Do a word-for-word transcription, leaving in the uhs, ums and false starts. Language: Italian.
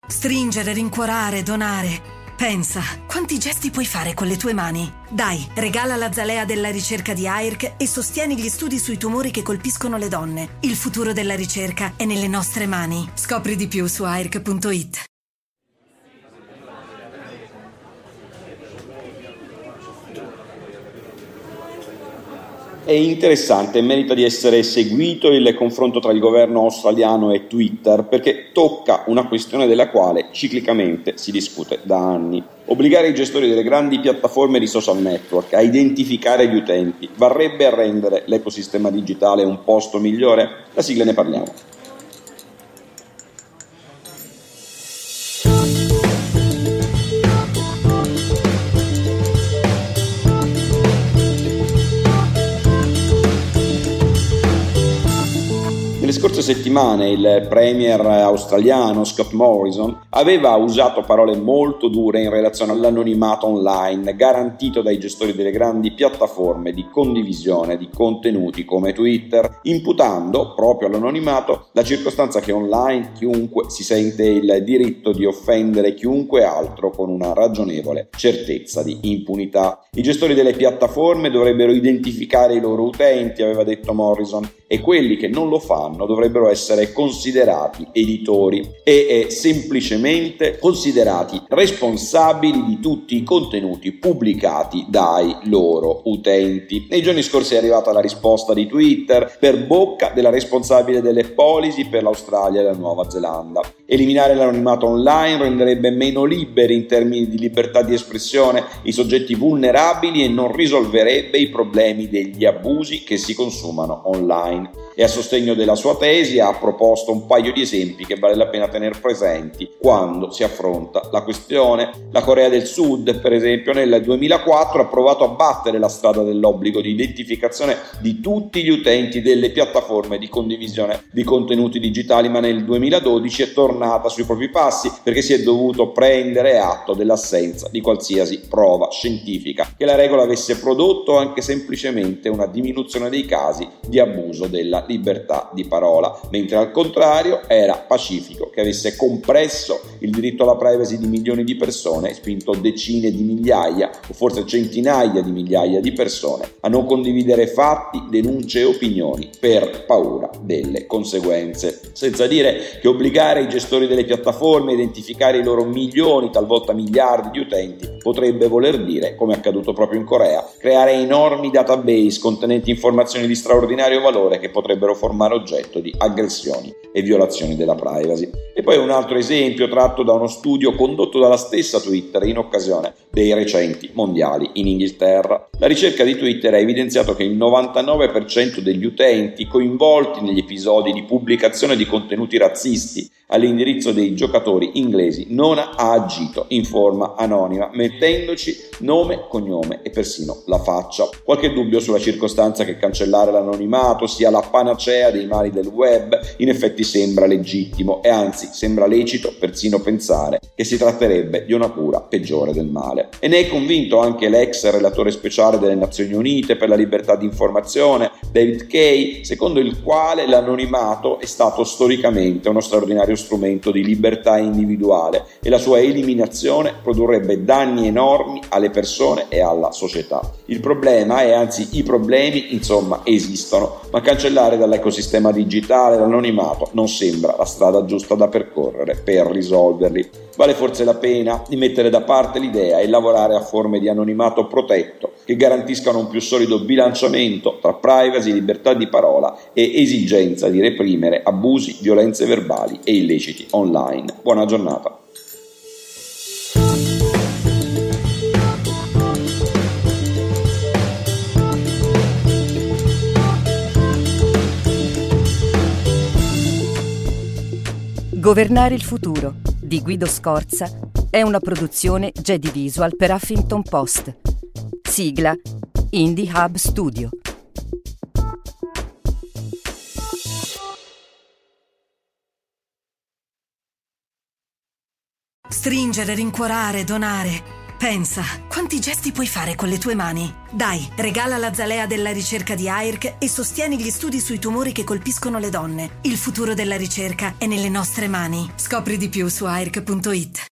Stringere, rincuorare, donare. Pensa, quanti gesti puoi fare con le tue mani? Dai, regala la zalea della ricerca di A I R C e sostieni gli studi sui tumori che colpiscono le donne. Il futuro della ricerca è nelle nostre mani. Scopri di più su A I R C punto it. È interessante e merita di essere seguito il confronto tra il governo australiano e Twitter, perché tocca una questione della quale ciclicamente si discute da anni. Obbligare i gestori delle grandi piattaforme di social network a identificare gli utenti varrebbe a rendere l'ecosistema digitale un posto migliore? La sigla ne parliamo. Nelle scorse settimane il premier australiano Scott Morrison aveva usato parole molto dure in relazione all'anonimato online garantito dai gestori delle grandi piattaforme di condivisione di contenuti come Twitter, imputando proprio all'anonimato la circostanza che online chiunque si sente il diritto di offendere chiunque altro con una ragionevole certezza di impunità. I gestori delle piattaforme dovrebbero identificare i loro utenti, aveva detto Morrison, e quelli che non lo fanno dovrebbero essere considerati editori e eh, semplicemente considerati responsabili di tutti i contenuti pubblicati dai loro utenti. Nei giorni scorsi è arrivata la risposta di Twitter per bocca della responsabile delle policy per l'Australia e la Nuova Zelanda. Eliminare l'anonimato online renderebbe meno liberi in termini di libertà di espressione i soggetti vulnerabili e non risolverebbe i problemi degli abusi che si consumano online. E a sostegno della sua tesi ha proposto un paio di esempi che vale la pena tenere presenti quando si affronta la questione. La Corea del Sud, per esempio, nel duemilaquattro ha provato a battere la strada dell'obbligo di identificazione di tutti gli utenti delle piattaforme di condivisione di contenuti digitali, ma nel duemiladodici è tornata sui propri passi perché si è dovuto prendere atto dell'assenza di qualsiasi prova scientifica che la regola avesse prodotto anche semplicemente una diminuzione dei casi di abuso della libertà di parola, mentre al contrario era pacifico che avesse compresso il diritto alla privacy di milioni di persone e spinto decine di migliaia o forse centinaia di migliaia di persone a non condividere fatti, denunce e opinioni per paura delle conseguenze. Senza dire che obbligare i gestori delle piattaforme a identificare i loro milioni, talvolta miliardi di utenti potrebbe voler dire, come è accaduto proprio in Corea, creare enormi database contenenti informazioni di straordinario valore che potrebbero formare oggetto di aggressioni e violazioni della privacy. E poi un altro esempio tratto da uno studio condotto dalla stessa Twitter in occasione dei recenti mondiali in Inghilterra. La ricerca di Twitter ha evidenziato che il novantanove per cento degli utenti coinvolti negli episodi di pubblicazione di contenuti razzisti all'indirizzo dei giocatori inglesi non ha agito in forma anonima, mettendoci nome, cognome e persino la faccia. Qualche dubbio sulla circostanza che cancellare l'anonimato sia la panacea dei mali del web in effetti sembra legittimo e anzi sembra lecito persino pensare che si tratterebbe di una cura peggiore del male. E ne è convinto anche l'ex relatore speciale delle Nazioni Unite per la libertà di informazione, David Kay, secondo il quale l'anonimato è stato storicamente uno straordinario strumento di libertà individuale e la sua eliminazione produrrebbe danni enormi alle persone e alla società. Il problema, e anzi i problemi, insomma, esistono, ma cancellare dall'ecosistema digitale l'anonimato non sembra la strada giusta da percorrere per risolverli. Vale forse la pena di mettere da parte l'idea e lavorare a forme di anonimato protetto che garantiscano un più solido bilanciamento tra privacy, libertà di parola e esigenza di reprimere abusi, violenze verbali e illeciti online. Buona giornata. Governare il futuro di Guido Scorza è una produzione Jedi Visual per Huffington Post. Sigla Indie Hub Studio. Stringere, rincuorare, donare. Pensa, quanti gesti puoi fare con le tue mani? Dai, regala la zalea della ricerca di A I R C e sostieni gli studi sui tumori che colpiscono le donne. Il futuro della ricerca è nelle nostre mani. Scopri di più su A I R C punto it.